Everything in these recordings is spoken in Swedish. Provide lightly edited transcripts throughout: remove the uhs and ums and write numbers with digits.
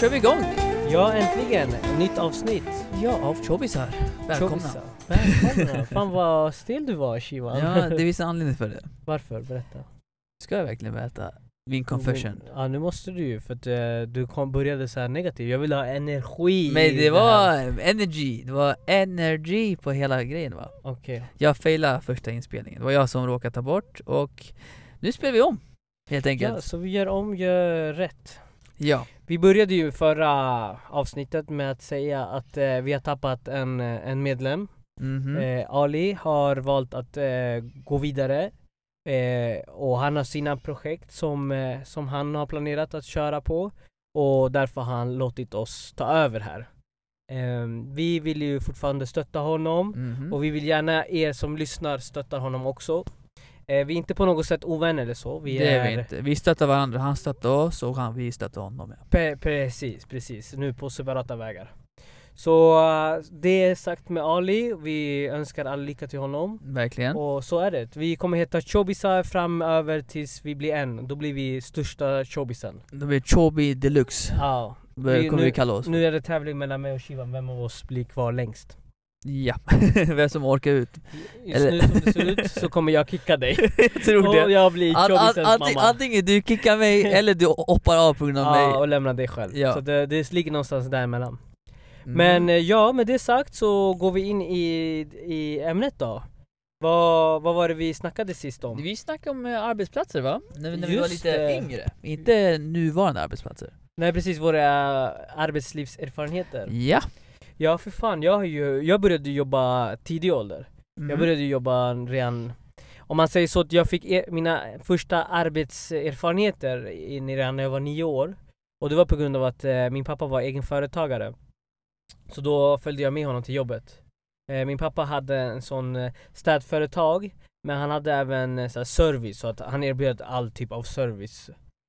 kör vi igång. Ja, äntligen. Nytt avsnitt. Ja, av Chobisar. Välkomna. Välkomna. Fan vad stel du var, Shivan. Ja, det finns en anledning för det. Varför? Berätta. Ska jag verkligen berätta min confession? Ja, nu måste du ju. För att du började så här negativ. Jag vill ha energi. Men det var energy. Det var energy på hela grejen, va? Okej. Jag failade första inspelningen. Det var jag som råkade ta bort. Och nu spelar vi om. Helt enkelt. Ja, så vi gör om, gör rätt. Ja. Vi började ju förra avsnittet med att säga att vi har tappat en medlem. Ali har valt att gå vidare. Och han har sina projekt som han har planerat att köra på. Och därför har han låtit oss ta över här. Vi vill ju fortfarande stötta honom. Och vi vill gärna er som lyssnar stötta honom också. Vi är inte på något sätt ovänner eller så. Det är vi inte. Vi stöttar varandra. Han stöttar oss och vi stöttar honom. Ja. Precis. Nu på separata vägar. Så det är sagt med Ali. Vi önskar all lycka till honom. Verkligen. Och så är det. Vi kommer heta Chobisar framöver tills vi blir en. Då blir vi största Chobisen. Då blir Chobi Deluxe. Ja. Kommer vi kalla oss. Nu är det tävling mellan mig och Shivan. Vem av oss blir kvar längst? Ja, vem som orkar ut. Just nu som det ser ut så kommer jag kicka dig. Jag tror och det. jag blir Chobisens mamma. Antingen du kickar mig eller du hoppar av på grund av mig. Ja, och lämnar dig själv. Ja. Så det ligger någonstans däremellan. Men ja, med det sagt så går vi in i ämnet då. Vad var det vi snackade sist om? Vi snackade om arbetsplatser, va? När vi var lite yngre. Inte nuvarande arbetsplatser. Nej, precis, våra arbetslivserfarenheter. Ja. Ja, för fan, jag började jobba tidig ålder. Jag började jobba redan, om man säger så, att jag fick mina första arbetserfarenheter redan när jag var 9 år. Och det var på grund av att min pappa var egenföretagare. Så då följde jag med honom till jobbet. Min pappa hade en sån städföretag, men han hade även så här service, så att han erbjöd all typ av service.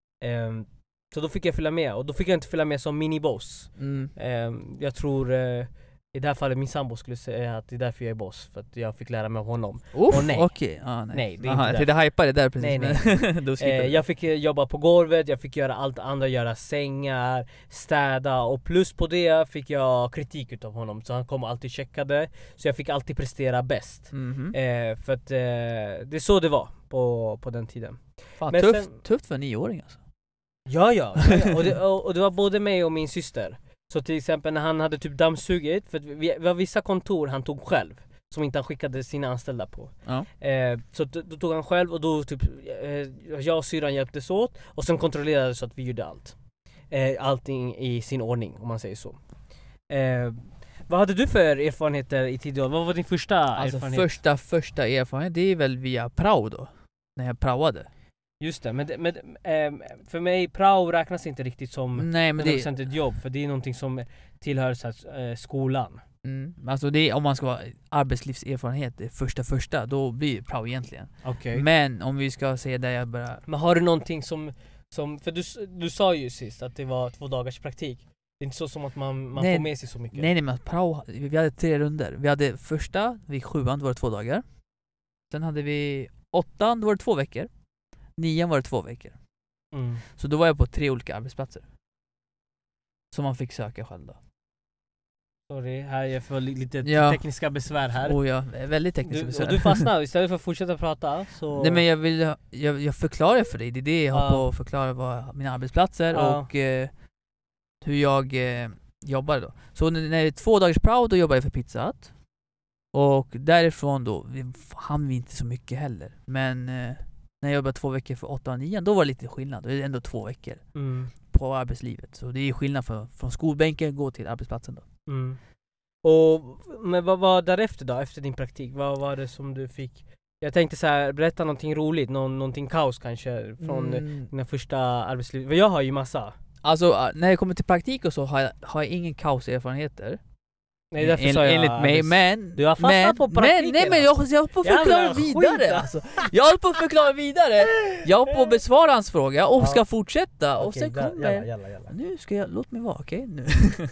Så då fick jag följa med, och då fick jag inte följa med som miniboss. Jag tror i det här fallet min sambo skulle säga att det är därför jag är boss, för att jag fick lära mig av honom. Nej. Okej. Nej, det är inte det hypade där precis. Nej. Jag fick jobba på golvet, jag fick göra allt andra, göra sängar, städa, och plus på det fick jag kritik utav honom, så han kom och alltid checkade, så jag fick alltid prestera bäst. För att det är så det var på den tiden. Fan, tufft för en 9-åring alltså. Ja. Och det var både mig och min syster. Så till exempel när han hade typ dammsugit, för vi var vissa kontor han tog själv som inte han skickade sina anställda på. Så då tog han själv, och då typ jag och syran hjälptes åt, och sen kontrollerade så att vi gjorde allting i sin ordning, om man säger så. Vad hade du för erfarenheter i tidigare? Vad var din första erfarenhet? Första erfarenhet, det är väl via prao då, när jag praoade. Just det, men för mig prao räknas inte riktigt som 100% ett jobb, för det är någonting som tillhör så här, skolan. Alltså det är, om man ska vara arbetslivserfarenhet, det första, då blir prao egentligen. Okay. Men om vi ska säga där jag börjar... Men har du någonting som för du sa ju sist att det var 2 dagars praktik. Det är inte så som att man får med sig så mycket. Nej, men prao, vi hade 3 runder. Vi hade första, vid 7:an var det 2 dagar. Sen hade vi 8:an, då var det 2 veckor. 9:an var det 2 veckor. Så då var jag på 3 olika arbetsplatser som man fick söka själv då. Sorry, här jag får lite tekniska besvär här. Ja, väldigt tekniska besvär. Och du fastnar istället för att fortsätta prata så... Nej, men jag förklarar för dig. Det är det jag har på att förklara vad mina arbetsplatser och hur jag jobbar då. Så när det är 2 dagars prao, då jobbar jag för Pizza Hut. Och därifrån då hann vi inte så mycket heller. Men när jag jobbade 2 veckor för 8 och 9, då var det lite skillnad. Det är ändå 2 veckor på arbetslivet. Så det är skillnad från skolbänken gå till arbetsplatsen då. Men vad var därefter då, efter din praktik? Vad var det som du fick? Jag tänkte så här, berätta någonting roligt, någonting kaos kanske från dina första arbetsliv. För jag har ju massa. Alltså när jag kommer till praktik och så har jag ingen kaoserfarenheter. Nej, därför sa jag enligt mig, men du har fastnat på praktiken. Men jag håller på att förklara vidare alltså. Jag håller på att förklara vidare. Jag håller på att besvara hans fråga och ska fortsätta. Och sen kommer nu ska jag, låt mig vara, okej? Nu.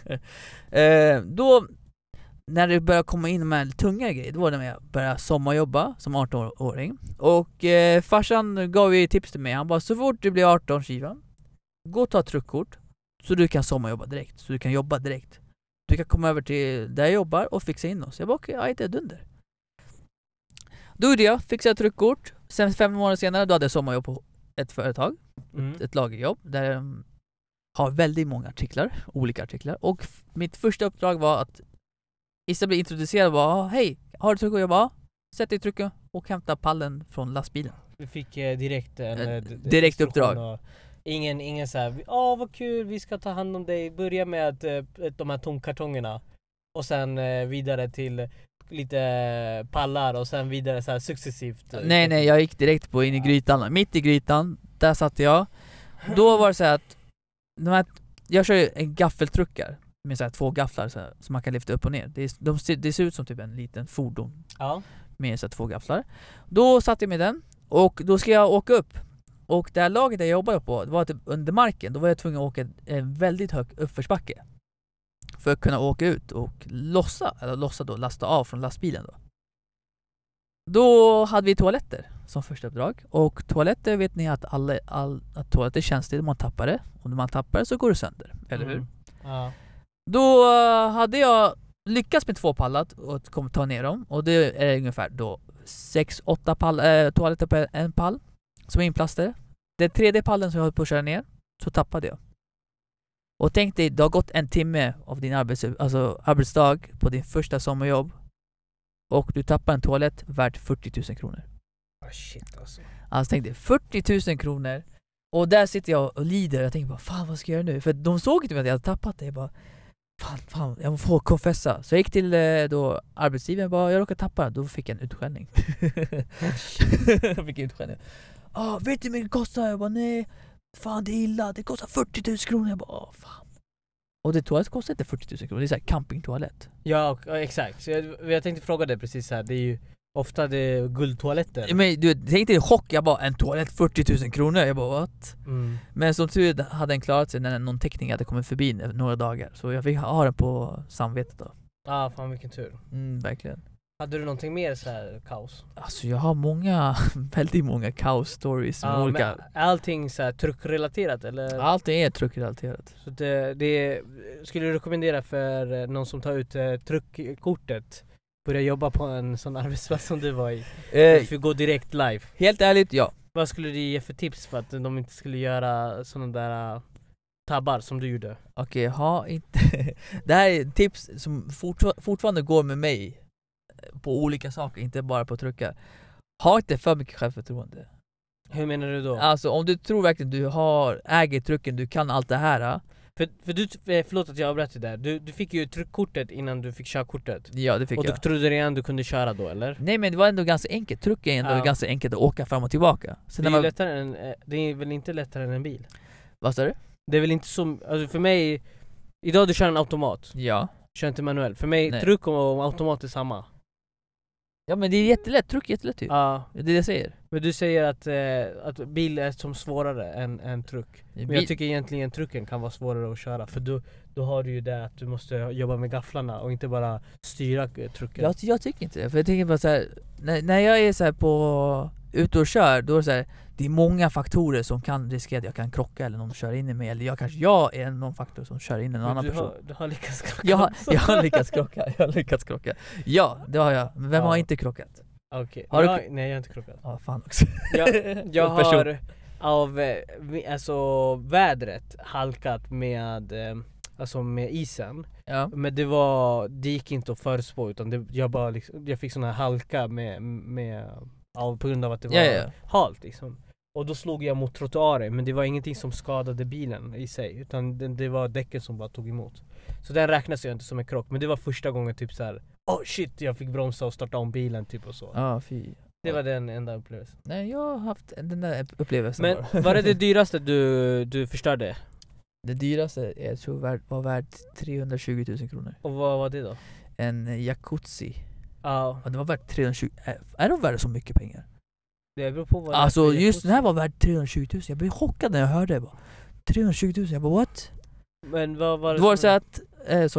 Då när det börjar komma in med tunga grejer, då var det när jag började sommarjobba som 18-åring. Och farsan gav ju tips till mig. Han bara, så fort du blir 18, Shivan, gå och ta truckkort. Så du kan sommarjobba direkt. Så du kan jobba direkt. Du kan komma över till där jag jobbar och fixa in oss. Jag bara okej, det är dunder. Då gjorde jag, fixade tryckkort. Sen 5 månader senare då hade jag sommarjobb på ett företag. Ett lagerjobb. Där de har väldigt många artiklar. Olika artiklar. Och mitt första uppdrag var att istället bli introducerad och bara hej, har du tryck? Och jag bara sätt dig i trycket och hämta pallen från lastbilen. Du fick direkt uppdrag. Ingen så här, vad kul, vi ska ta hand om dig. Börja med att de här tomkartongerna och sen vidare till lite pallar och sen vidare så här successivt. Nej, jag gick direkt på in i grytan. Mitt i grytan, där satt jag. Då var det så här att jag kör ju en gaffeltruckar med så här 2 gafflar så här, som man kan lyfta upp och ner. Det ser ut som typ en liten fordon. Ja. Med så här 2 gafflar. Då satt jag med den och då ska jag åka upp. Och det här laget jag jobbade på, det var typ under marken. Då var jag tvungen att åka en väldigt hög uppförsbacke för att kunna åka ut och lasta av från lastbilen då. Då hade vi toaletter som första uppdrag. Och toaletter vet ni att att toaletter känns det om man tappar det. Och när man tappar det så går det sönder, eller hur? Ja. Då hade jag lyckats med 2 pallar och ta ner dem. Och det är ungefär då 6-8 toaletter på en pall som är inplastade. Den 3:e pallen som jag höll på att köra ner, så tappade jag. Och tänk dig, det har gått 1 timme av din arbetsdag på din första sommarjobb. Och du tappar en toalett värt 40 000 kronor. Shit alltså. Alltså tänk dig, 40 000 kronor. Och där sitter jag och lider. Jag tänker bara, fan vad ska jag göra nu? För de såg inte att jag hade tappat det. Jag bara, fan, jag får konfessa. Så jag gick till då arbetsgivaren och bara, jag råkade tappa. Då fick jag en utskällning. Jag fick en utskällning. Vet du hur mycket det kostar? Jag bara, nej. Fan, det är illa. Det kostar 40 000 kronor. Jag bara, fan. Och det toalett kostar inte 40 000 kronor. Det är så här campingtoalett. Ja, exakt. Så jag tänkte fråga dig precis här. Det är ju ofta det är guldtoaletter. Men du tänkte i chock. Jag bara, en toalett 40 000 kronor. Jag bara, what? Men som tur hade den klarat sig när någon teknik hade kommit förbi några dagar. Så jag fick ha den på samvetet då. Fan vilken tur. Verkligen. Hade du någonting mer så här kaos? Alltså jag har väldigt många kaos stories med olika. Allting så här truckrelaterat eller? Allting är truckrelaterat. Så det skulle du rekommendera för någon som tar ut truckkortet, börja jobba på en sån arbetsplats som du var i? För gå direkt live. Helt ärligt, ja. Vad skulle du ge för tips för att de inte skulle göra sådana där tabbar som du gjorde? Okej, inte. Det här är tips som fortfarande går med mig på olika saker, inte bara på truckar. Ha inte för mycket självförtroende. Hur menar du då? Alltså om du tror verkligen du äger trucken, du kan allt det här. För du, förlåt att jag avbröt dig där. Du fick ju truckkortet innan du fick körkortet. Ja, det fick jag. Och du trodde redan du kunde köra då, eller? Nej, men det var ändå ganska enkelt. Trucken är ändå ganska enkelt att åka fram och tillbaka. Sen det är väl inte lättare än en bil? Vad sa du? Det är väl inte som, alltså för mig, idag du kör en automat. Ja. Kör inte manuell. För mig, truck och automat är samma. Ja, men det är jättelätt. Truck är jättelätt typ. Ja. Det är det jag säger. Men du säger att bil är som svårare än truck. Men jag tycker egentligen trucken kan vara svårare att köra. För då har du ju det att du måste jobba med gafflarna och inte bara styra trucken. Jag tycker inte det. För jag tänker bara så här, när jag är så här på ute och kör, då är det så här, det är många faktorer som kan riskera att jag kan krocka eller någon kör in i mig, eller jag är någon faktor som kör in i en annan person. Du har lyckats krocka. Jag har lyckats krocka. Ja, det har jag. Men vem har inte krockat? Okej. Nej, jag har inte krockat. Ja, fan också. Jag har av alltså vädret halkat med med isen. Ja. Men det gick inte att förutspå, utan jag fick sån här halka på grund av att det var halt liksom. Och då slog jag mot trottoaren, men det var ingenting som skadade bilen i sig, utan det var däcken som bara tog emot. Så den räknas ju inte som en krock, men det var första gången typ så här, shit, jag fick bromsa och starta om bilen typ och så. Ja, fy. Det var den enda upplevelsen. Nej, jag har haft den där upplevelsen. Men var det dyraste du förstörde? Det dyraste jag tror var värt 320 000 kronor. Och vad var det då? En jacuzzi. Ja. Och det var värt 320. Är de värda så mycket pengar? Det beror på vad. Alltså just den här var värt 320 000. Jag blev chockad när jag hörde det. 320 000, jag bara what? Men vad var det? Det var så att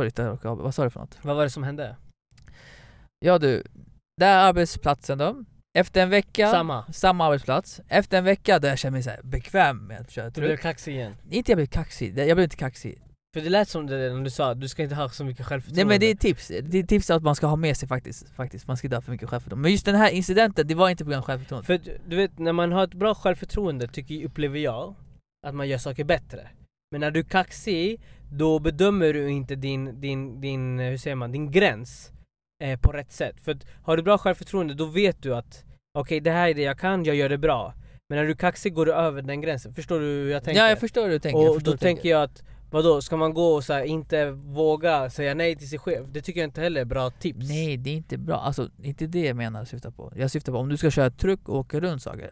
vad sa du för något? Vad var det som hände? Ja du, där arbetsplatsen då. Efter en vecka, samma arbetsplats. Efter en vecka där jag känner mig så här bekväm med att köra truck. Du blev kaxig igen? Inte jag blev kaxig, jag blev inte kaxig. För det lät som det när du sa att du ska inte ha så mycket självförtroende. Nej men det är tips. Det är tips att man ska ha med sig faktiskt. Man ska inte ha för mycket självförtroende. Men just den här incidenten, det var inte på grund av självförtroende. För du vet, när man har ett bra självförtroende upplever jag att man gör saker bättre. Men när du är kaxig, då bedömer du inte din hur säger man, din gräns på rätt sätt. För att har du bra självförtroende, då vet du att okej, det här är det jag kan, jag gör det bra. Men när du är kaxig går du över den gränsen. Förstår du hur jag tänker? Ja, jag förstår hur du tänker. Och då tänker jag att vadå, ska man gå och så här, inte våga säga nej till sig själv? Det tycker jag inte heller är bra tips. Nej, det är inte bra. Alltså, inte det jag menar syftar på. Jag syftar på om du ska köra truck och åka runt saker.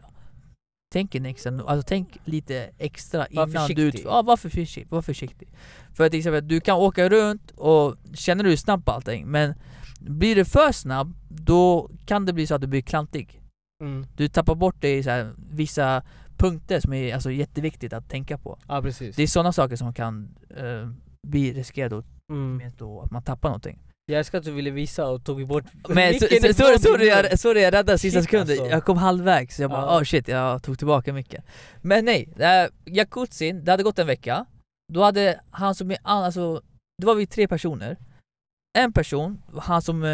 Tänk lite extra innan du... Var försiktig. För att exempel, du kan åka runt och känner du snabb på allting. Men blir du för snabb, då kan det bli så att du blir klantig. Du tappar bort det i så här, vissa punkter som är alltså jätteviktigt att tänka på. Ja, precis. Det är sådana saker som kan bli riskerade med då att man tappar någonting. Jag älskar att du ville visa och tog bort. Men sorry, jag räddade sista sekunden. Alltså. Jag kom halvvägs så jag bara shit, jag tog tillbaka mycket. Men nej, jacuzzin, det hade gått en vecka. Då hade han som alltså det var vi 3 personer. En person, han som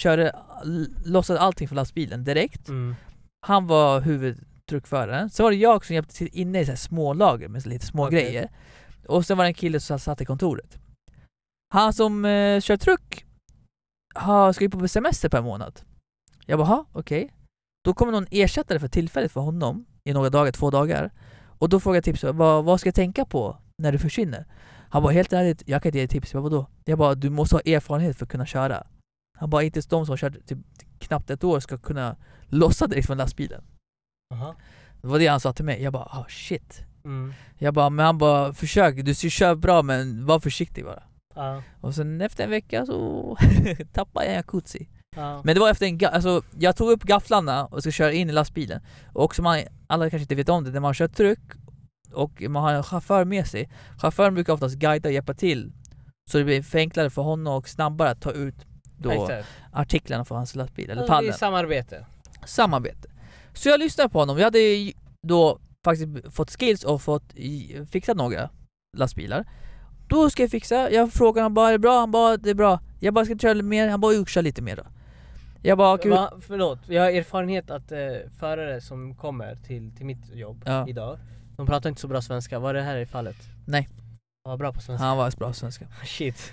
lossade allting från lastbilen direkt. Han var huvudtruckföraren. Så var det jag som hjälpte till inne i så här små lager med lite små grejer. Och sen var det en kille som satt i kontoret. Han som kör truck ska ju på semester per månad. Jag bara, okej. Då kommer någon ersättare för tillfället för honom i några dagar, 2 dagar. Och då frågar jag tips, vad ska jag tänka på när du försvinner? Han bara, helt ärligt, jag kan inte ge tips. Vadå? Jag bara, du måste ha erfarenhet för att kunna köra. Han bara, inte de som kört typ knappt 1 år ska kunna lossa direkt från lastbilen. Det var det han sa till mig. Jag bara, shit. Jag bara, men han bara, försök, du kör bra men var försiktig bara. Och sen efter en vecka så tappade jag jacuzzi. Men det var efter alltså, jag tog upp gafflarna och ska köra in i lastbilen. Och som alla kanske inte vet om det, när man kör truck och man har en chaufför med sig. Chauffören brukar oftast guida och hjälpa till. Så det blir för enklare för honom och snabbare att ta ut då artiklarna från hans lastbil eller pallen. Det är samarbete. Så jag lyssnade på honom. Jag hade då faktiskt fått skills och fått fixat några lastbilar. Då ska jag fixa. Jag frågar han bara, är det bra? Han bara, det är bra. Jag bara, ska köra lite mer? Han bara, köra lite mer då. Jag bara, förlåt. Jag har erfarenhet att förare som kommer till mitt jobb idag, de pratar inte så bra svenska. Var det här i fallet? Nej. Han var bra på svenska. Han var bra på svenska. Shit.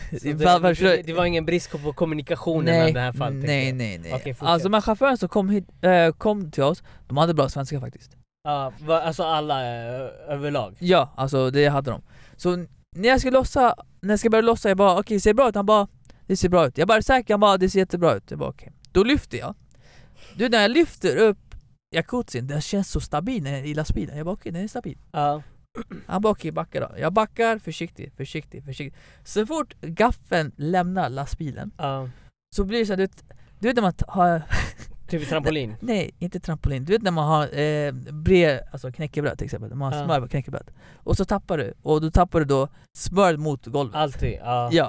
Det var ingen brist på kommunikationen i det här fallet. Nej. Okay, alltså de chauffören som kom till oss, de hade bra svenska faktiskt. Alltså alla överlag? Ja, alltså det hade de. Så när jag ska börja lossa, jag bara, okej, ser det bra ut? Han bara, det ser bra ut. Jag bara, säker? Han bara, det ser jättebra ut. Jag bara, okej. Då lyfter jag. Du, när jag lyfter upp jacuzzin, den känns så stabil i lastbilen. Jag bara, okej, den är stabil. Han bara, okej, backa då. Jag backar, försiktigt. Så fort gaffeln lämnar lastbilen så blir det så här, du vet när man har... Typ trampolin? Nej, inte trampolin. Du vet när man har alltså knäckebröd till exempel. Man har smör på knäckebröd. Och så tappar du. Och då tappar du då smör mot golvet. Alltid, ja.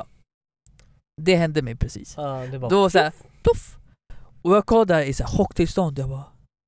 Det hände mig precis. Det bara då såhär, puff! Och jag kollade i såhär chocktillstånd. Jag bara...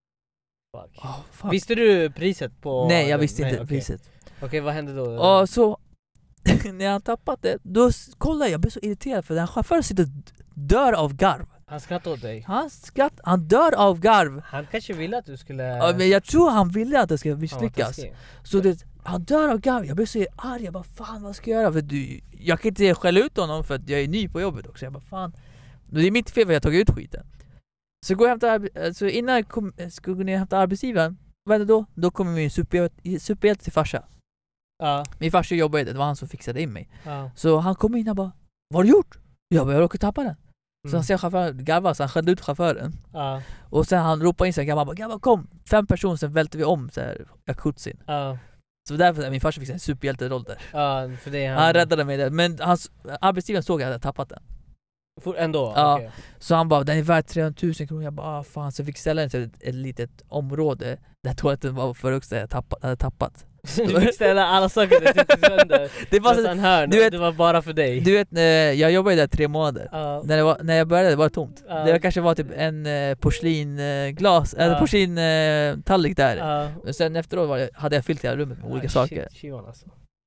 Fuck. Visste du priset på... Nej, jag visste inte priset. Okej, vad hände då? Och så... när han tappat det, då kollade jag blev så irriterad för den chauffören sitter och dör av garv. Han skrattade åt dig? Han dör av garv. Han kanske ville att du skulle... Ja, men jag tror han ville att det ska misslyckas. Så han dör av garv. Jag blev så arg. Jag bara, fan, vad ska jag göra? För jag kan inte skälla ut honom för att jag är ny på jobbet också. Jag bara, fan. Det är mitt fel för jag tagit ut skiten. Så går jag hämta, så innan jag skulle hämta arbetsgivaren, vad hände då? Då kommer min superhjälte till farsa. Min farsa jobbade, det var han som fixade in mig. Så han kom in och bara, vad har du gjort? Jag bara, jag råkade tappa den. Så han ser chauffören garva, så han skällde ut chauffören. Och sen han ropade in sig, grabbar kom, 5 personer, sen välter vi om så här, jacuzzin. Så därför min farsa fick en superhjälteroll där. För det han räddade mig där. Men hans arbetsgivaren såg att jag hade tappat den. Ändå? Ja, okay. Så han bara, den är värd 300 000 kronor. Jag bara, fan. Så jag fick ställa den till ett litet område där toaletten var för högst jag hade tappat. Du fick ställa alla saker du tyckte sönder. Det var en hörn, det var bara för dig. Du vet, jag jobbade där 3 månader. När jag började var det tomt. Det kanske var typ en porslinglas eller porslintallrik där. Men sen efteråt hade jag fyllt hela rummet med olika saker. Shit, alltså.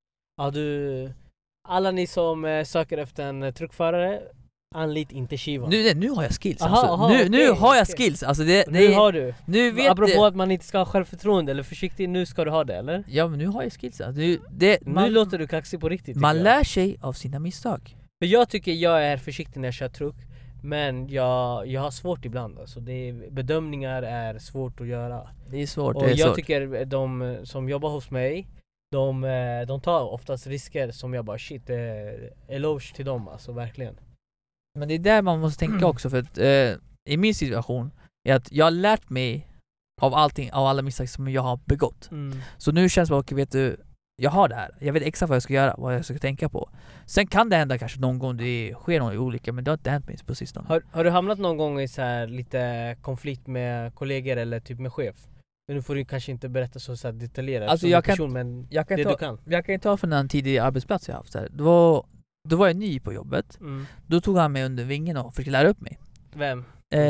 Alla ni som söker efter en truckförare, anlit inte Shivan. Nu har jag skills. Nu har jag skills. Alltså nu har du. Nu vet apropå att man inte ska ha självförtroende eller försiktig, nu ska du ha det, eller? Ja, men nu har jag skills. Alltså, nu låter du kaxig på riktigt. Man lär sig av sina misstag. För jag tycker jag är försiktig när jag kör truck, men jag har svårt ibland. Alltså bedömningar är svårt att göra. Det är svårt. Och jag tycker de som jobbar hos mig, de tar oftast risker som jag bara shit, eloge till dem, alltså verkligen. Men det är där man måste tänka också, för att i min situation är att jag har lärt mig av allting, av alla misstag som jag har begått. Så nu känns det okej, vet du, jag har det här. Jag vet exakt vad jag ska göra, vad jag ska tänka på. Sen kan det hända kanske någon gång det sker någon olika, men det har inte hänt mig på sistone. Har du hamnat någon gång i så här lite konflikt med kollegor eller typ med chef? Men nu får du kanske inte berätta så här detaljerat alltså som person, men jag kan ta från en tidig arbetsplats jag haft. Då var jag ny på jobbet. Då tog han mig under vingen och fick lära upp mig. Vem?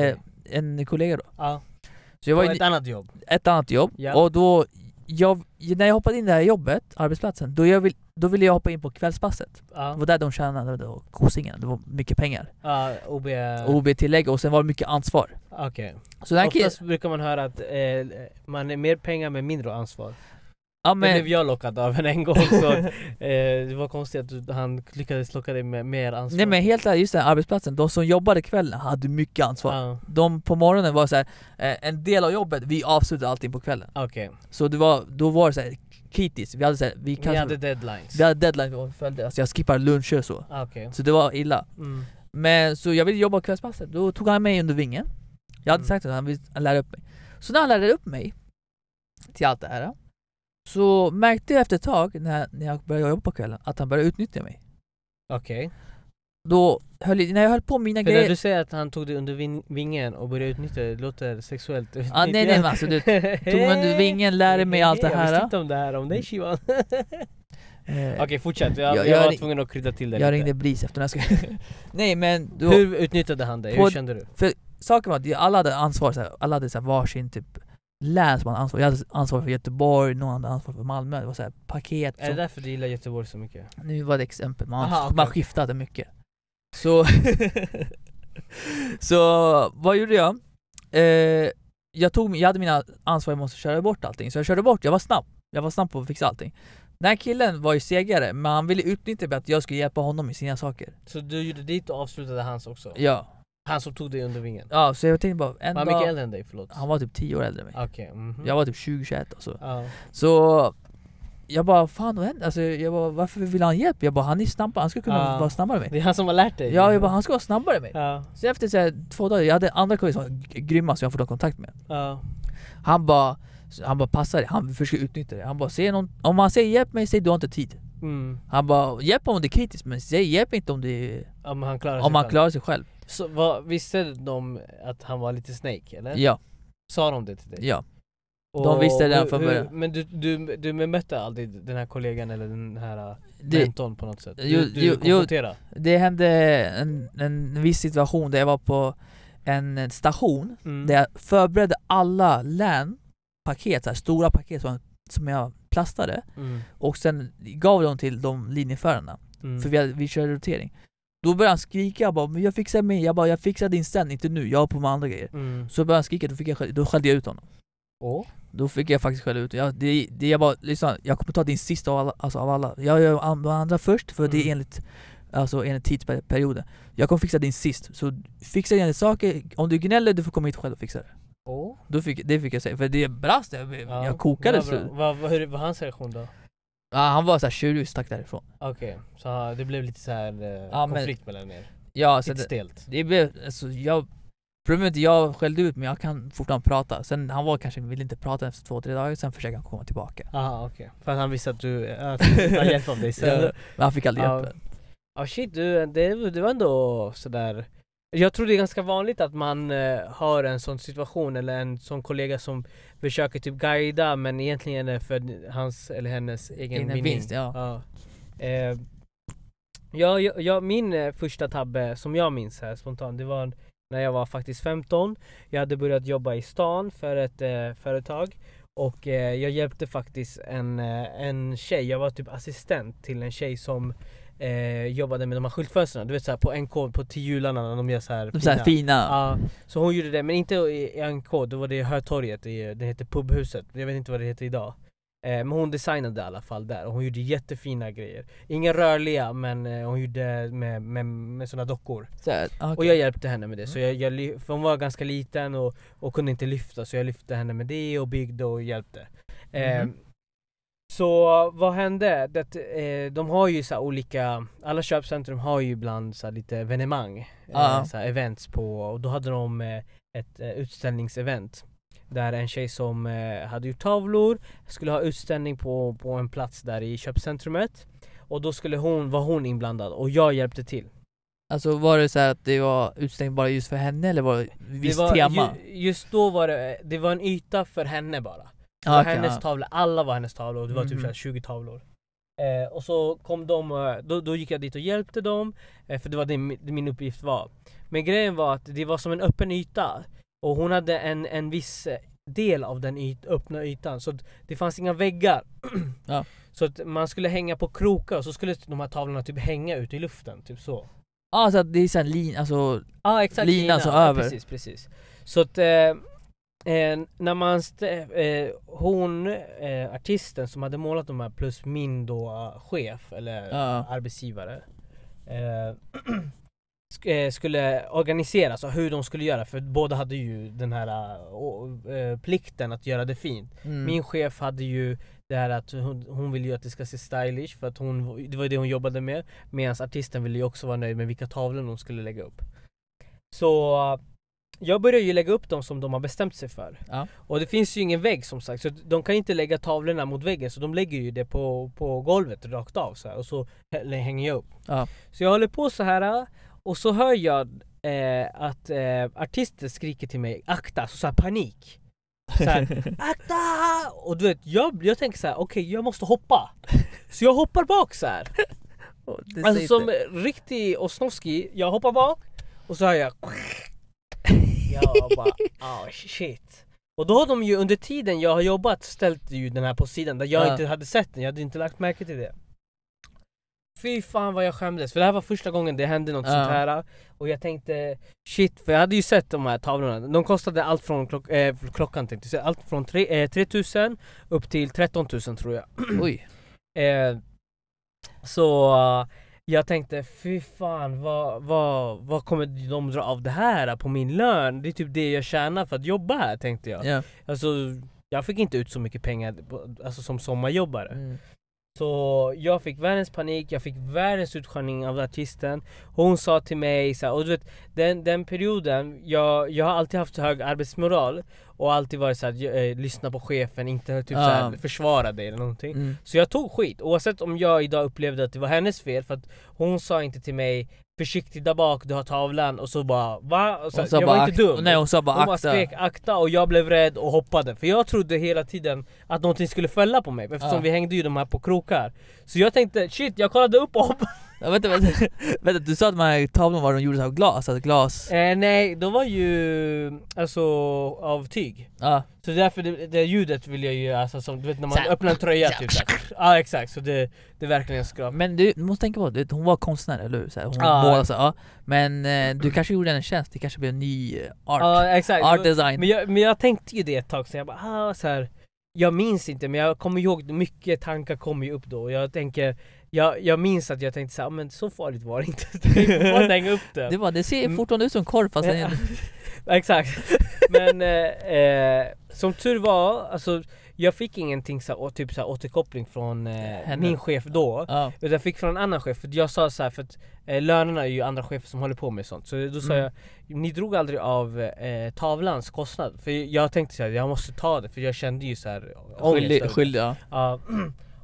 En kollega då. Ja. Så jag var ett annat jobb. Ett annat jobb. Ja. Och då när jag hoppade in i det här jobbet, arbetsplatsen, då ville jag hoppa in på kvällspasset. Ja. Det var där de tjänade kosingen. Det var mycket pengar. Ja, OB-tillägg, och sen var det mycket ansvar. Okej. Så oftast brukar man höra att man är mer pengar med mindre ansvar. Ja, men det blev jag lockad av en gång, så det var konstigt att han lyckades locka dig med mer ansvar. Nej, men helt ärligt, just den arbetsplatsen, de som jobbade kvällen hade mycket ansvar. De på morgonen var så här, en del av jobbet, vi avslutade allting på kvällen. Okay. Så då var det så här kritiskt. Vi hade deadlines. Vi hade deadlines och följde. Alltså jag skippade luncher och så. Okay. Så det var illa. Men så jag ville jobba kvällspasset. Då tog han mig under vingen. Jag hade sagt att han ville lära upp mig. Så när han lärde upp mig till allt det här, så märkte jag efter ett tag när jag började jobba på kvällen att han började utnyttja mig. Okej. Då när jag höll på mina grejer. När du säger att han tog dig under vingen och började utnyttja det, låter sexuellt. Nej, men alltså du tog mig under vingen, lärde mig allt det här. Jag visste inte om det här, om dig Shivan. Okej, fortsätt. Jag var tvungen att krydda till det. Jag ringde Blis efter när jag ska. Nej, men hur utnyttjade han dig? Hur kände du? För saken var att alla hade ansvar, alla hade så här varsin typ län som hade ansvar. Jag hade ansvar för Göteborg, någon hade ansvar för Malmö. Det var så här paket. Är det därför du gillar Göteborg så mycket? Nu var det exempel. Man skiftade mycket. Så så vad gjorde jag? Jag hade mina ansvar, jag måste köra bort allting. Så jag körde bort, jag var snabb på att fixa allting. Den här killen var ju segare, men han ville utnyttja mig att jag skulle hjälpa honom med sina saker. Så du gjorde dit och avslutade hans också? Ja. Han som tog dig under vingen? Ja, så jag tänkte bara... Var han mycket äldre än dig, förlåt? Han var typ 10 år äldre än mig. Okay, Jag var typ 20-21 och så. Så jag bara, fan vad hände? Alltså, jag bara, varför vill han hjälp? Jag bara, han är snabbare, han ska kunna vara snabbare än mig. Det är han som har lärt dig? Ja, jag bara, han ska vara snabbare än mig. Så efter så här, 2 dagar, jag hade andra kollegor som var grymma som jag fått kontakt med. Han bara passar det, han försöker utnyttja det. Han bara, om han säger hjälp mig, säg du har inte tid. Han bara, hjälp om det är kritiskt, men säg hjälp inte om det om han klarar sig själv. Så visste de att han var lite snake, eller? Ja. Sa de det till dig? Ja. De visste det från början. Men du mötte aldrig den här kollegan eller den här mentorn på något sätt? Du konfronterade? Det hände en viss situation där jag var på en station där jag förberedde alla paket, så här, stora paket som jag plastade och sen gav dem till de linjeförarna för vi körde rotering. Då började han skrika, jag bara, men jag fixar mig, jag fixar din sen, inte nu, jag har på med andra grejer. Så började han skrika, då skällde jag ut honom. Då fick jag faktiskt skälla ut. Jag bara, liksom, jag kommer ta din sista av alla. Jag gör andra först, för det är enligt tidsperioden. Jag kommer fixa din sist. Så fixa dina saker, om du gnäller, du får komma hit själv och fixa det. Det fick jag säga, för det brast, jag kokade slut. Vad var hans reaktion då? Ja, han var så här tjurig och stack därifrån. Okej, så det blev lite så här konflikt mellan er. Ja, så lite stelt. Det blev, alltså, problemet är att jag skällde ut, men jag kan fortfarande prata. Sen han ville inte prata efter 2-3 dagar, sen försökte han komma tillbaka. Aha, okej. För att han visste att du har hjälp av dig sen. Men han fick aldrig hjälp. Ja, shit, det var ändå sådär Jag tror det är ganska vanligt att man har en sån situation eller en sån kollega som försöker typ guida, men egentligen är det för hans eller hennes egen vinning. Vinst, ja. Min första tabbe som jag minns här spontant, det var när jag var faktiskt 15. Jag hade börjat jobba i stan för ett företag. Och jag hjälpte faktiskt en tjej. Jag var typ assistent till en tjej som jobbade med de här skyltfönsterna. Du vet såhär på NK, på till jularna när de gör såhär fina. Ja, så hon gjorde det, men inte i NK. Då var det i Hötorget, det heter Pubhuset. Jag vet inte vad det heter idag. Men hon designade i alla fall där. Och hon gjorde jättefina grejer. Inga rörliga, men hon gjorde med såna dockor. Okay. Och jag hjälpte henne med det. Så för hon var ganska liten och kunde inte lyfta. Så jag lyfte henne med det och byggde och hjälpte. Så vad hände? De har ju så olika, alla köpcentrum har ju ibland så lite evenemang, så events på, och då hade de ett utställningsevent där en tjej som hade gjort tavlor skulle ha utställning på en plats där i köpcentrumet, och då var hon inblandad och jag hjälpte till. Alltså var det så här att det var utställning bara just för henne, eller var det visst tema? Just då var det var en yta för henne bara. Det var hennes tavlor, alla var hennes tavlor, det var typ så 20 tavlor. Och så kom de, då gick jag dit och hjälpte dem, för det var det min uppgift var. Men grejen var att det var som en öppen yta, och hon hade en viss del av den öppna ytan, så det fanns inga väggar. Så att man skulle hänga på krokar, och så skulle de här tavlorna typ hänga ut i luften, typ så. Så att det är sån exakt, lina så över. Precis. Så att när man artisten som hade målat de här plus min då chef eller arbetsgivare skulle organisera så hur de skulle göra, för båda hade ju den här plikten att göra det fint. Min chef hade ju det här att hon ville ju att det ska se stylish, för att det var det hon jobbade med, medan artisten ville ju också vara nöjd med vilka tavlor de skulle lägga upp. Så jag började ju lägga upp dem som de har bestämt sig för. Och det finns ju ingen vägg som sagt, så de kan inte lägga tavlorna mot väggen, så de lägger ju det på golvet rakt av så här, och så hänger jag upp. Så jag håller på så här, och så hör jag att artister skriker till mig akta, så här panik. Så här, akta! Och du vet, jag tänker så här, okej, jag måste hoppa. Så jag hoppar bak så här. Alltså som riktig Osnovski, jag hoppar bak och så hör jag bara, shit. Och då har de ju under tiden jag har jobbat ställt ju den här på sidan där jag inte hade sett den, jag hade inte lagt märke till det. Fy fan vad jag skämdes, för det här var första gången det hände något sånt här. Och jag tänkte, shit, för jag hade ju sett de här tavlorna. De kostade allt från klockan tänkte jag säga, allt från 3000 upp till 13 000 tror jag. Oj. Så jag tänkte, fy fan, vad kommer de dra av det här på min lön? Det är typ det jag tjänar för att jobba här, tänkte jag. Alltså, jag fick inte ut så mycket pengar alltså, som sommarjobbare. Så jag fick världens panik, jag fick världens utskällning av artisten. Hon sa till mig så här, och du vet, den perioden, jag har alltid haft hög arbetsmoral och alltid varit så här, lyssna på chefen, inte typ så här, försvara det eller någonting. Så jag tog skit, oavsett om jag idag upplevde att det var hennes fel, för att hon sa inte till mig försiktigt där bak, du har tavlan, och så bara, va? Så, jag var inte dum. Nej, hon sa bara akta. Hon bara skrek akta, och jag blev rädd och hoppade, för jag trodde hela tiden att någonting skulle fälla på mig, eftersom vi hängde ju de här på krokar. Så jag tänkte, shit, jag kollade upp och hoppade. Vänta, du sa att de här tavlorna var de gjorde av glas, alltså glas? Nej, de var ju alltså av tyg. Så därför det ljudet vill jag ju, alltså som du vet när man öppnar en tröja typ. Exakt, så det är verkligen skrap. Men du måste tänka på det, hon var konstnär, eller hur? Så här, hon målade så, men du kanske gjorde en tjänst, det kanske blev en ny art design. Men jag tänkte ju det ett tag, så jag bara så här, jag minns inte, men jag kommer ihåg mycket tankar kom ju upp då, och jag tänker jag minns att jag tänkte så här, men så farligt var det inte. Jag får hänga upp det. Det ser fortfarande ut som korv fast exakt. Men som tur var, alltså jag fick ingenting så typ så här återkoppling från min chef då. Utan jag fick från en annan chef, för jag sa så här, för att lönerna är ju andra chefer som håller på med sånt. Så då sa jag, ni drog aldrig av tavlans kostnad, för jag tänkte så här, jag måste ta det, för jag kände ju så här skyldig. Och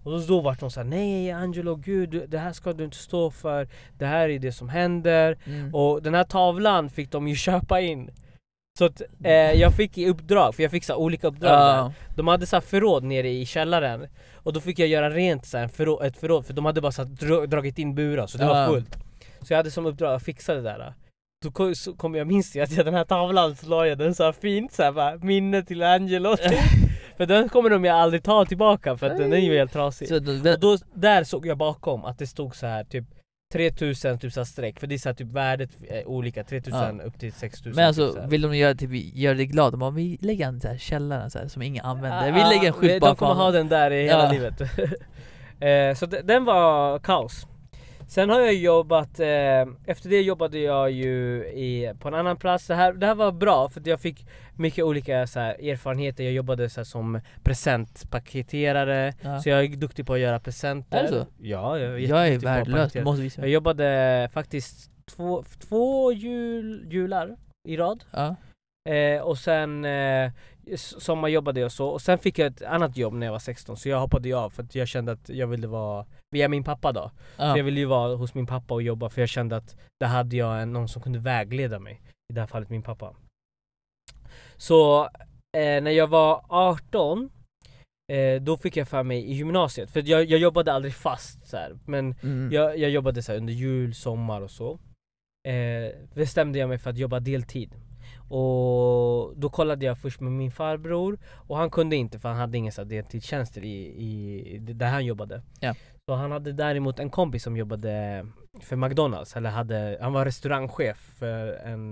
Och då var de så här: nej Angelo, gud, det här ska du inte stå för. Det här är det som händer. Och den här tavlan fick de ju köpa in. Så att jag fick i uppdrag, för jag fick så olika uppdrag där. De hade så här förråd nere i källaren. Och då fick jag göra rent så här ett förråd, för de hade bara så här dragit in burar, så det var fullt. Så jag hade som uppdrag att fixa det där. Då kom jag minns att den här tavlan la jag den så här fint, så här bara, minne till Angelo. För den kommer de ju aldrig ta tillbaka, för att den är ju helt trasig. Och då, där såg jag bakom att det stod så här typ 3000 typ så här streck, för det är så här, typ värdet olika, 3000 upp till 6000. Men alltså typ vill de göra dig glad, de bara, vi lägger en så här källaren så här, som ingen använder. Vi lägger en skylt bakom. De kommer ha den där i hela livet. Så den var kaos. Sen har jag jobbat, efter det jobbade jag ju på en annan plats. Det här var bra, för jag fick mycket olika så här erfarenheter. Jag jobbade så här som presentpaketerare, så jag är duktig på att göra presenter. Är det så? Ja, jag är värdelös, måste visa. Jag jobbade faktiskt två jular i rad. Och sen sommarjobbade jag så. Och sen fick jag ett annat jobb när jag var 16. Så jag hoppade av, för att jag kände att jag ville vara via min pappa då. Så jag ville ju vara hos min pappa och jobba, för jag kände att där hade jag någon som kunde vägleda mig. I det här fallet min pappa. Så när jag var 18, då fick jag för mig i gymnasiet. För jag jobbade aldrig fast så här, men jag jobbade så här under jul, sommar och så. Bestämde jag mig för att jobba deltid. Och då kollade jag först med min farbror, och han kunde inte, för han hade inga så deltidstjänster i där han jobbade. Så han hade däremot en kompis som jobbade för McDonalds, eller han var restaurangchef för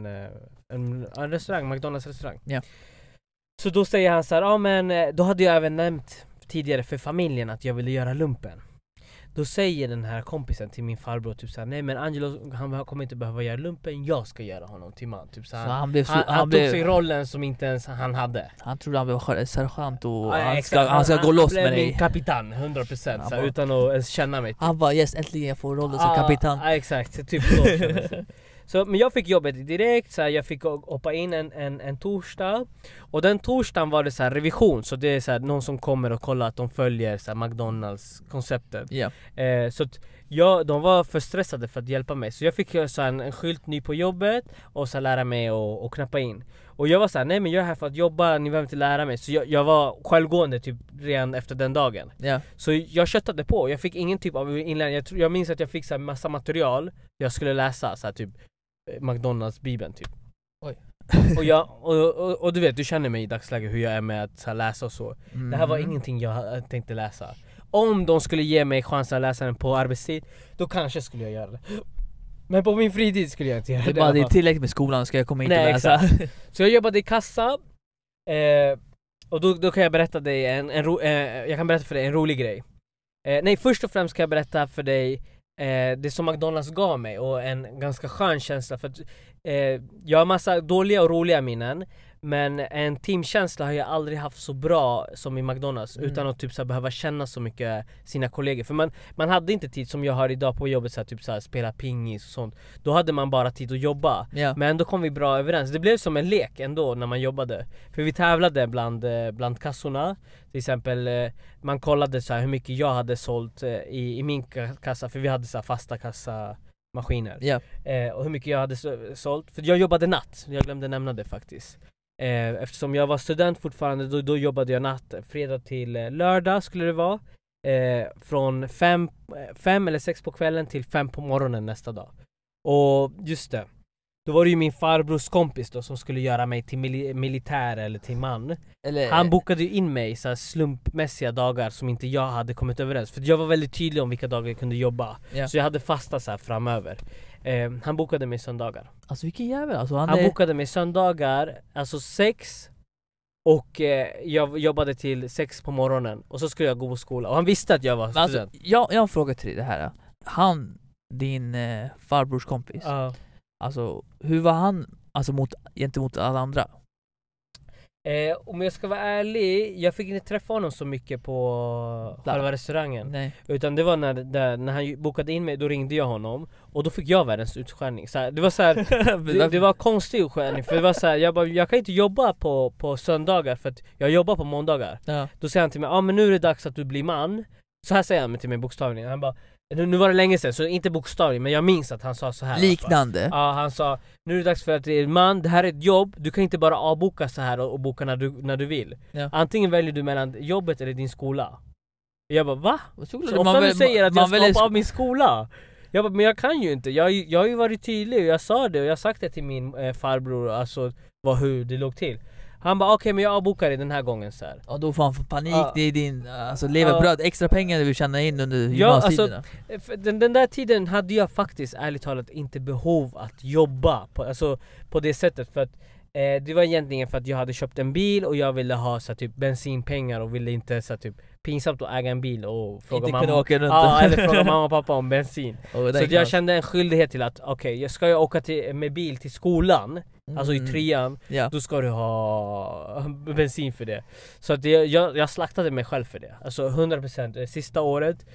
en restaurang, McDonalds restaurang. Så då säger han så här: men då hade jag även nämnt tidigare för familjen att jag ville göra lumpen. Då säger den här kompisen till min farbror typ såhär: nej men Angelo, han kommer inte behöva göra lumpen, jag ska göra honom till man. Typ så han tog sig rollen som inte ens han hade. Han trodde han var sergeant och han ska gå loss med dig. Min kapitan, 100%, så utan att ens känna mig. Han bara, yes, äntligen jag får rollen som kapitan. Exakt, typ så. Men jag fick jobbet direkt, så här, jag fick hoppa in en torsdag. Och den torsdagen var det så här revision, så det är så här, någon som kommer och kollar att de följer så här McDonalds-konceptet. Så att de var för stressade för att hjälpa mig. Så jag fick så här, en skylt ny på jobbet och så här, lära mig och knappa in. Och jag var så här: nej men jag är här för att jobba, ni behöver inte lära mig. Så jag var självgående typ redan efter den dagen. Så jag köttade på, jag fick ingen typ av inlärning. Jag minns att jag fick så här, massa material jag skulle läsa, så här, typ McDonalds Bibeln typ. Oj. Och du vet, du känner mig i dagsläget hur jag är med att så här, läsa och så. Det här var ingenting jag tänkte läsa. Om de skulle ge mig chansen att läsa den på arbetstid, då kanske skulle jag göra det. Men på min fritid skulle jag inte göra det. Det är tillräckligt med skolan, ska jag komma in och läsa. Exakt. Så jag jobbade i kassa. Och då kan jag berätta dig jag kan berätta för dig en rolig grej. Nej, först och främst kan jag berätta för dig det som McDonalds gav mig, och en ganska skön känsla, för att jag har massa dåliga och roliga minnen, men en teamkänsla har jag aldrig haft så bra som i McDonalds, utan att typ så här, behöva känna så mycket sina kollegor. För man hade inte tid som jag har idag på jobbet, så här, typ så här, spela pingis och sånt. Då hade man bara tid att jobba. Men då kom vi bra överens. Det blev som en lek ändå när man jobbade. För vi tävlade bland kassorna. Till exempel man kollade så här, hur mycket jag hade sålt i min kassa, för vi hade så här, fasta kassamaskiner. Och hur mycket jag hade sålt. För jag jobbade natt. Jag glömde nämna det faktiskt. Eftersom jag var student fortfarande, då jobbade jag natt, fredag till lördag skulle det vara, från 5 eller 6 på kvällen till 5 på morgonen nästa dag. Och just det, då var det ju min farbrors kompis då som skulle göra mig till militär eller till man. Han bokade ju in mig så här slumpmässiga dagar som inte jag hade kommit överens. För jag var väldigt tydlig om vilka dagar jag kunde jobba. Så jag hade fasta så här framöver. Han bokade mig söndagar. Alltså vilken jävel, alltså han bokade mig söndagar, alltså 6. Och jag jobbade till 6 på morgonen. Och så skulle jag gå på skola. Och han visste att jag var student. Alltså, jag har en fråga till dig det här. Han, din farbrors kompis, alltså hur var han alltså gentemot alla andra? Om jag ska vara ärlig, jag fick inte träffa honom så mycket på själva restaurangen. Nej. Utan det var när han bokade in mig, då ringde jag honom. Och då fick jag världens utskärning. Så här, det var så här, det var konstig utskärning. För det var så här, jag kan inte jobba på söndagar, för att jag jobbar på måndagar. Då säger han till mig: men nu är det dags att du blir man. Så här säger han till mig bokstavligen. Han bara, nu var det länge sedan, så inte bokstavligen, men jag minns att han sa så här. Liknande. Ja, han sa, nu är det dags för att det här är ett jobb, du kan inte bara avboka så här och boka när du vill. Ja. Antingen väljer du mellan jobbet eller din skola. Jag bara, va? Så ofta du säger att jag ska hoppa av min skola. Jag bara, men jag kan ju inte. Jag har ju varit tydlig och jag sa det och jag har sagt det till min farbror, alltså hur det låg till. Han bara, okej, men jag avbokar det den här gången så här. Och då får han få panik, det är din leverbröd, extra pengar du vill tjäna in under gymnasietiderna. Alltså, den där tiden hade jag faktiskt ärligt talat inte behov att jobba på det sättet, för att det var egentligen för att jag hade köpt en bil och jag ville ha så typ bensinpengar och ville inte så typ pinsamt att äga en bil och fråga mamma eller fråga mamma och pappa om bensin. Så jag kände en skyldighet till att okej, ska jag åka med bil till skolan, alltså i 3:an, då ska du ha bensin för det. Så att jag slaktade mig själv för det. Alltså 100% sista året.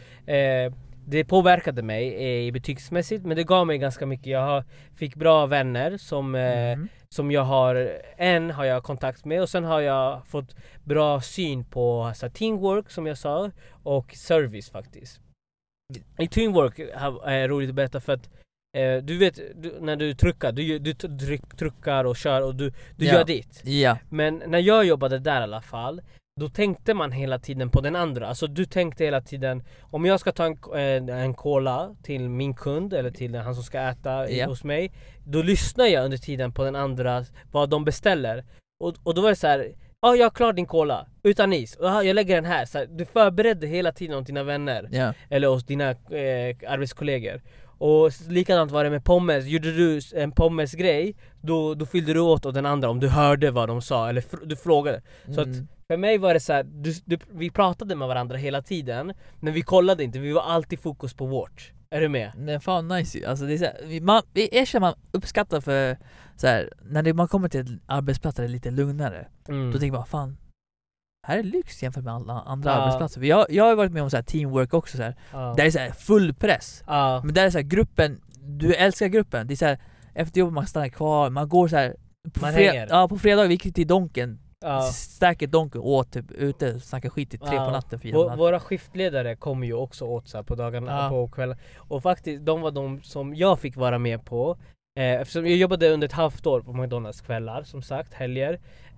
Det påverkade mig i betygsmässigt, men det gav mig ganska mycket. Jag fick bra vänner som jag har jag kontakt med, och sen har jag fått bra syn på teamwork som jag sa, och service faktiskt. I teamwork är roligt att berätta för att du vet, när du truckar, du truckar och kör och du gör ditt. Men när jag jobbade där i alla fall, då tänkte man hela tiden på den andra. Alltså du tänkte hela tiden, om jag ska ta en cola till min kund eller till han som ska äta hos mig, då lyssnar jag under tiden på den andra, vad de beställer. Och då var det så här, jag har klart din cola utan is, jag lägger den här. Så här, du förberedde hela tiden åt dina vänner eller hos dina arbetskollegor. Och likadant var det med pommes. Gjorde du en pommesgrej, då fyllde du åt den andra om du hörde vad de sa eller du frågade. Så att för mig var det så här, vi pratade med varandra hela tiden, men vi kollade inte, vi var alltid fokus på vårt. Är du med? Det är fan nice. Alltså det är så här, vi erkänner man uppskattar för så här, när man kommer till en arbetsplats där det är lite lugnare, då tänker man, fan, här är lyx jämfört med alla andra arbetsplatser. Jag har varit med om så här teamwork också så här. Där är så här full press. Men där är så här gruppen, du älskar gruppen. Det är så här, efter jobbet man stannar kvar, man går så här på fredag vi gick till Donken. Stärket Donken åt typ ute och snackade skit till 3 på natten, 4 på natten. Våra skiftledare kom ju också åt så här på dagarna på kvällen. Och faktiskt de var de som jag fick vara med på. Eftersom jag jobbade under ett halvt år på McDonalds kvällar, som sagt, helger.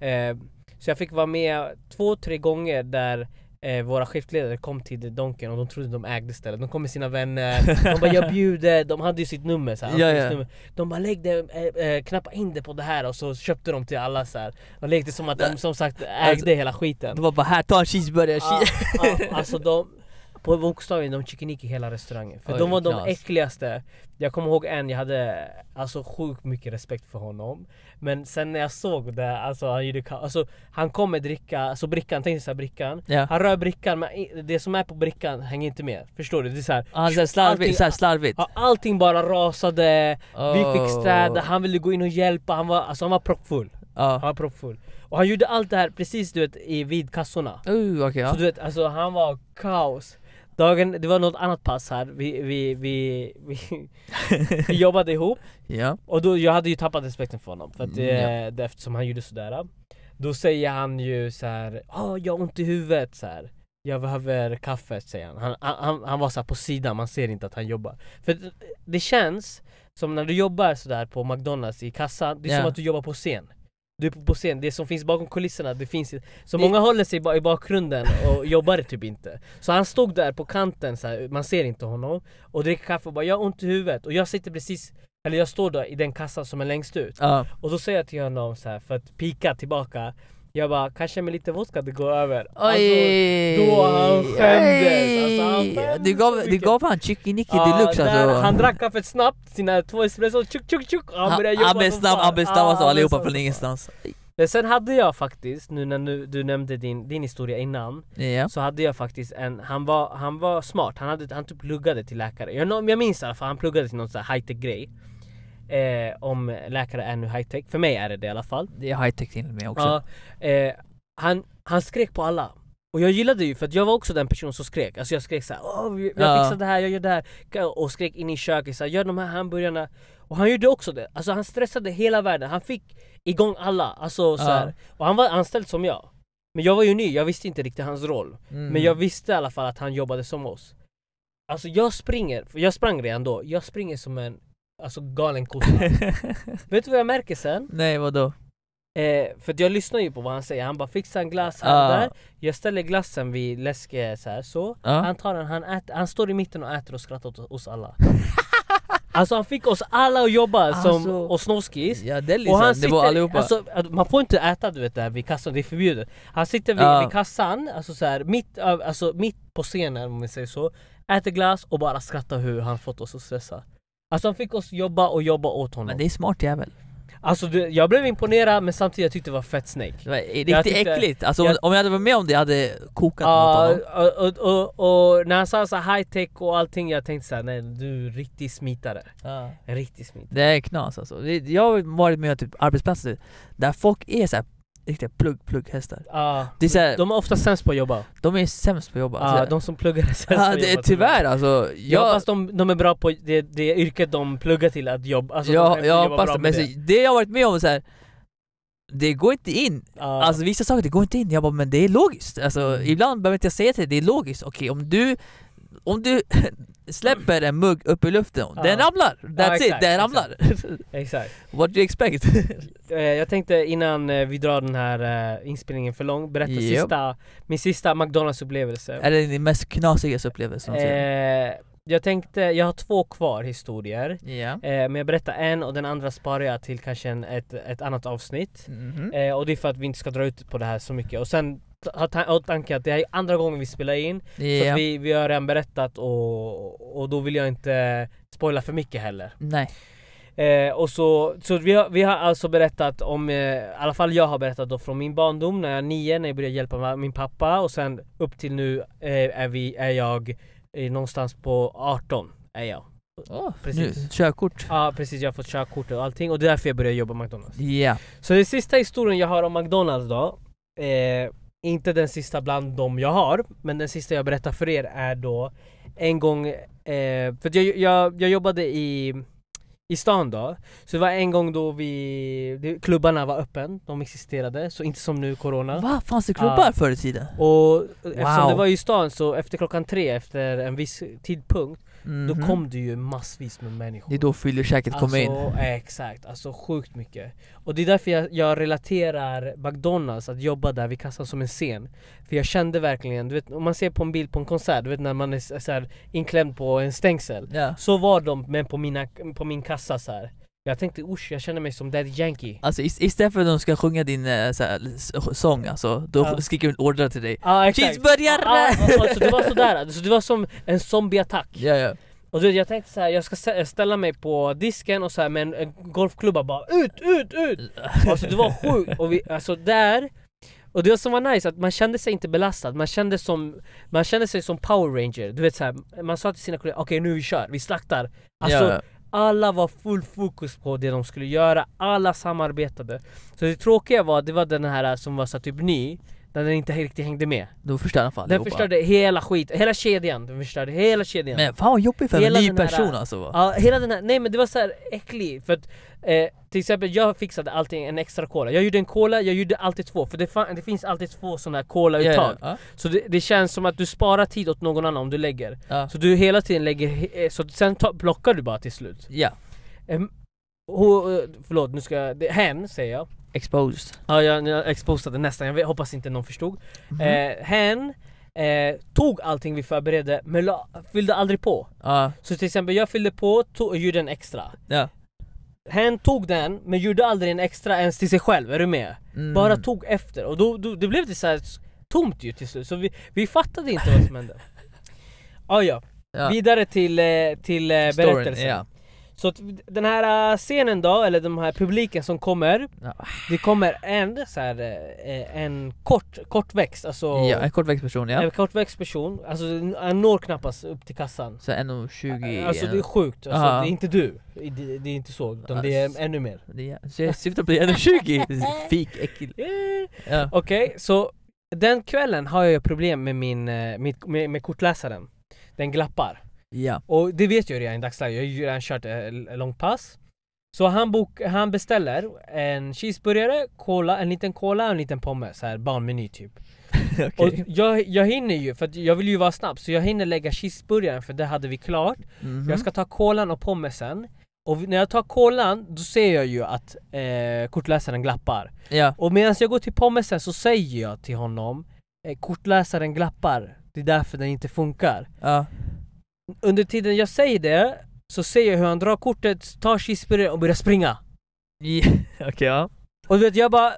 Så jag fick vara med 2-3 gånger där våra skiftledare kom till Donken och de trodde de ägde stället. De kom med sina vänner, de bara, jag bjuder, de hade ju sitt nummer så här, nummer. De bara, lägg det, knappa in det på det här, och så köpte de till alla så här. De lekte som att de som sagt ägde hela skiten. De var bara, här, ta en cheeseburgare. Alltså på bokstavligen, de chickeniki hela restaurangen. För de var de äckligaste. Jag kommer ihåg jag hade alltså sjukt mycket respekt för honom. Men sen när jag såg det, alltså han kom med dricka, alltså brickan, tänkte såhär brickan. Han rör brickan, men det som är på brickan hänger inte med. Förstår du? Det är såhär slarvigt. Allting bara rasade. Vi fick städa, han ville gå in och hjälpa. Han var proppfull. Han var proppfull. Och han gjorde allt det här precis, du vet, vid kassorna. Så du vet, alltså han var kaos. Det var något annat pass här. Vi jobbade ihop. Och då, jag hade ju tappat respekten för honom, för att det, eftersom han gjorde sådär. Då säger han ju så här: jag har ont i huvudet så här. Jag behöver kaffe, säger han. Han var så här på sidan, man ser inte att han jobbar. För det känns som när du jobbar så där på McDonalds i kassan, det är som att du jobbar på scen. Du är på scen, det som finns bakom kulisserna, det finns så många håller sig i bakgrunden och jobbar typ inte. Så han stod där på kanten så här, man ser inte honom, och dricker kaffe och bara, jag har ont i huvudet. Och jag sitter precis, eller jag står då i den kassan som är längst ut. Och då säger jag till honom så här, för att pika tillbaka, jag bara, kanske med lite vodka det går över. Då han skämdes. Du gav han chickeniki deluxe alltså. Han drack kaffet snabbt, sina 2 espresso, tjuk. Han började jobba snabb alltså, allihopa från ingenstans. Men sen hade jag faktiskt, nu när du nämnde din historia innan, så hade jag faktiskt han var smart. Han typ pluggade till läkare. Jag minns i alla fall, han pluggade till någon sån här high-tech grej. Om läkare är nu high-tech. För mig är det i alla fall. Det är high-tech till mig också. Han skrek på alla. Och jag gillade ju, för att jag var också den personen som skrek. Alltså jag skrek såhär, jag fixar det här, jag gör det här. Och skrek in i köket såhär, gör de här hamburgarna. Och han gjorde också det. Alltså han stressade hela världen. Han fick igång alla. Alltså såhär. Och han var anställd som jag. Men jag var ju ny, jag visste inte riktigt hans roll. Men jag visste i alla fall att han jobbade som oss. Alltså jag sprang redan då. Jag springer som en galen kossa. Vet du vad jag märker sen? Nej, vadå? För att jag lyssnar ju på vad han säger. Han bara fixar en glass här och där. Jag ställer glassen vid läske så här så. Han tar den, han står i mitten och äter och skrattar åt oss alla. Alltså han fick oss alla att jobba som och snoskis. Ja, det är liksom, och han sitter, det var allihopa. Alltså, man får inte äta, du vet, där vid kassan, det är förbjudet. Han sitter vid kassan, alltså så här, mitt på scenen, om man säger så. Äter glass och bara skrattar hur han fått oss att stressa. Alltså han fick oss jobba åt honom. Men det är smart jävel. Alltså jag blev imponerad, men samtidigt jag tyckte det var fett snake. Det var riktigt äckligt. Alltså om jag hade varit med om det, jag hade kokat mot honom. Och när han sa så high tech och allting, jag tänkte så här: nej, du är riktigt smitare. Riktigt smitare. Det är knas alltså. Jag har varit med typ arbetsplatser där folk är så här riktiga plugghästar. Det är så här, de är ofta sämst på att jobba. De är sämst på att jobba. De som pluggar är sämst på att jobba. Tyvärr alltså. Jag hoppas de är bra på det yrket de pluggar till att jobba. Alltså, jag hoppas det. Men det jag har varit med om så här, det går inte in. Alltså vissa saker, det går inte in. Jag bara, men det är logiskt. Alltså ibland behöver inte jag säga till dig, det är logiskt. Okej, om du släpper en mugg upp i luften, den ramlar. That's it, den ramlar. Exakt. What do you expect? Jag tänkte innan vi drar den här inspelningen för lång, berätta min sista McDonalds-upplevelse. Är det din mest knasigaste upplevelse? Jag har 2 kvar historier. Men jag berättar en och den andra sparar jag till kanske ett annat avsnitt. Och det är för att vi inte ska dra ut på det här så mycket. Och sen har tanken att det här är andra gången vi spelar in. Så att vi har redan berättat och då vill jag inte spoila för mycket heller. Nej. Och så vi har alltså berättat om, i alla fall jag har berättat då från min barndom när jag är 9, när jag började hjälpa min pappa. Och sen upp till nu är jag någonstans på 18 är jag. Precis. Nu, körkort. Ja, precis, jag har fått körkort och allting. Och det är därför jag började jobba på McDonalds. Så den sista historien jag har om McDonalds då, inte den sista bland dem jag har, men den sista jag berättar för er är då en gång, för att jag jobbade i stan då. Så det var en gång då klubbarna var öppen, de existerade, så inte som nu corona. Va? Fanns det klubbar förr i tiden? Och eftersom det var i stan, så efter 3:00, efter en viss tidpunkt, då kom det ju massvis med människor. Det är då fyllerkäket kom in. Exakt, alltså sjukt mycket. Och det är därför jag relaterar McDonalds att jobba där vid kassan som en scen. För jag kände verkligen, du vet, om man ser på en bild på en konsert, du vet när man är så här inklämd på en stängsel. Så var de, men på min kassa så här. Jag tänkte, jag känner mig som Daddy Yankee. Alltså istället för att de ska sjunga din sång, alltså, då skriker de ordrar till dig. Cheeseburgare! Alltså det var sådär, alltså, det var som en zombieattack. Och jag tänkte så här, jag ska ställa mig på disken och så här, med en golfklubba bara ut! Alltså det var sjukt. Och alltså där. Och det som var nice, att man kände sig inte belastad. Man kände sig som Power Ranger. Du vet så här, man sa till sina kollegor, okej, nu vi kör, vi slaktar. Alltså alla var full fokus på det de skulle göra. Alla samarbetade. Så det tråkiga var, det var den här som var så typ ny, där den inte riktigt hängde med. Då förstörde han den förstörde hela hela kedjan. Den förstörde hela kedjan. Men fan vad jobbigt för en ny person alltså. Ja, hela den här, nej men det var så här äckligt. För att till exempel jag fixade allting, en extra cola. Jag gjorde en cola, jag gjorde alltid 2. För det finns alltid 2 sådana här cola-uttag. Så det känns som att du sparar tid åt någon annan om du lägger. Så du hela tiden lägger, så sen plockar du bara till slut. Förlåt, nu ska jag, hen säger jag. Exposed. Ja, jag exposade nästan. Jag hoppas inte någon förstod. Hen tog allting vi förberedde, men fyllde aldrig på. Så till exempel jag fyllde på och gjorde en extra. Hen tog den, men gjorde aldrig en extra ens till sig själv. Är du med? Bara tog efter. Och då det blev det så här tomt ju till slut. Så vi fattade inte vad som hände. Vidare till berättelsen. Så den här scenen då, eller de här publiken som kommer, det kommer en kortväxt, alltså en kortväxt person, en kortväxt person, alltså han når knappast upp till kassan. Så 1,20. Alltså det är sjukt, alltså, det är inte du. Det är inte så, utan det är ännu mer. Så jag syftar på 1,20. Fik äckligt. Okej, så den kvällen har jag problem med med kortläsaren. Den glappar. Och det vet jag redan i dagsläget. Jag har ju redan kört ett långt pass. Så han beställer en cheeseburgare, cola, en liten cola och en liten pommes, så här barnmeny typ. Okay. Och jag hinner ju, för att jag vill ju vara snabb, så jag hinner lägga cheeseburgaren, för det hade vi klart. Jag ska ta kolan och pommesen. Och när jag tar kolan, då ser jag ju att kortläsaren glappar. Ja. Och medan jag går till pommesen så säger jag till honom, kortläsaren glappar, det är därför den inte funkar. Ja. Under tiden jag säger det, så ser jag hur han drar kortet, tar cheeseburgaren och börjar springa. Okej, ja. Och du vet, jag bara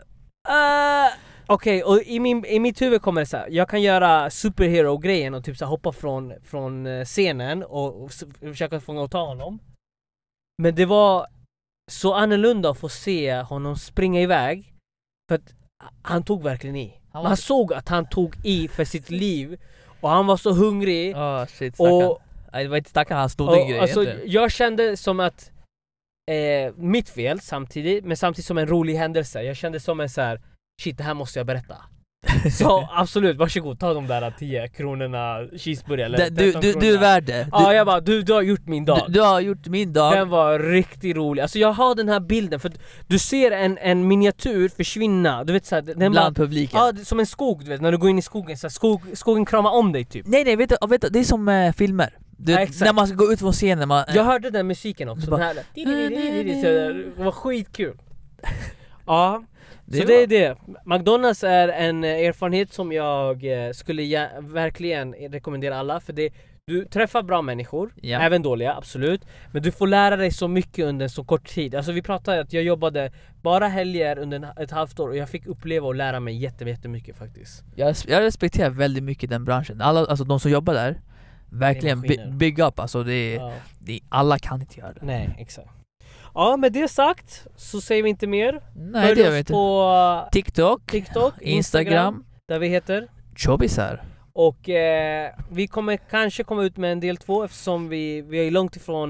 okej, och i mitt huvud kommer det så här: jag kan göra superhero-grejen och typ så här, hoppa från scenen och försöka fånga och ta honom. Men det var så annorlunda att få se honom springa iväg, för att han tog verkligen i. Man såg att han tog i för sitt liv, och han var så hungrig. Shit, och det var inte stackaren, han stod i grejen. Alltså, jag kände som att mitt fel samtidigt, men samtidigt som en rolig händelse. Jag kände som en så här: shit, det här måste jag berätta. Så absolut, varsågod, ta de där 10 kronorna cheeseburgare. Du är värd det. Ja, jag bara, du har gjort min dag. Du har gjort min dag. Den var riktigt rolig. Alltså jag har den här bilden, för du ser en miniatur försvinna, du vet så här, den bland publiken. Ja, som en skog, du vet, när du går in i skogen så här, skogen kramar om dig typ. Nej, vet du, det är som filmer. När man ska gå ut från scenen. Jag hörde den musiken också. Den här, det var skitkul. Ja. Så det är det. McDonalds är en erfarenhet som jag skulle verkligen rekommendera alla, för du träffar bra människor, även dåliga, absolut. Men du får lära dig så mycket under så kort tid. Alltså vi pratade att jag jobbade bara helger under ett halvt år, och jag fick uppleva och lära mig jättemycket faktiskt. Jag respekterar väldigt mycket den branschen. Alltså de som jobbar där, verkligen big up. Alltså alla kan inte göra det. Nej, exakt. Ja, med det sagt så säger vi inte mer. Nej, det gör vi inte. På TikTok, Instagram, där vi heter Chobisar. Och vi kommer kanske komma ut med en del 2, eftersom vi är långt ifrån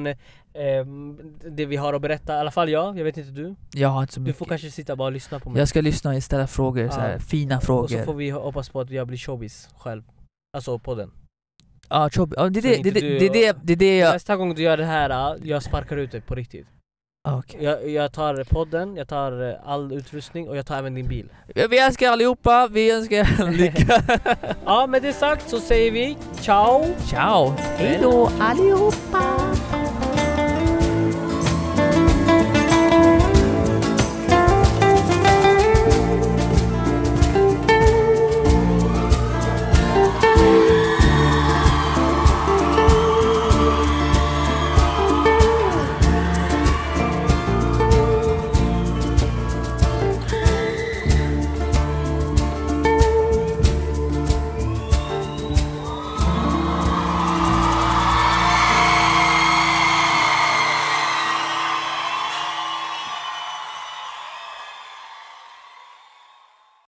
det vi har att berätta. I alla fall jag vet inte du. Jag har inte så mycket. Du får kanske sitta bara och lyssna på mig. Jag ska lyssna och ställa frågor, så här, fina frågor. Och så får vi hoppas på att jag blir showbiz själv. Alltså på den. Ja, det är det jag... Nästa gång du gör det här, jag sparkar ut dig på riktigt. Okay. Jag tar podden, jag tar all utrustning, och jag tar även din bil. Vi önskar allihopa, vi önskar lycka. Ja, med det sagt så säger vi ciao. Ciao. Hej då allihopa.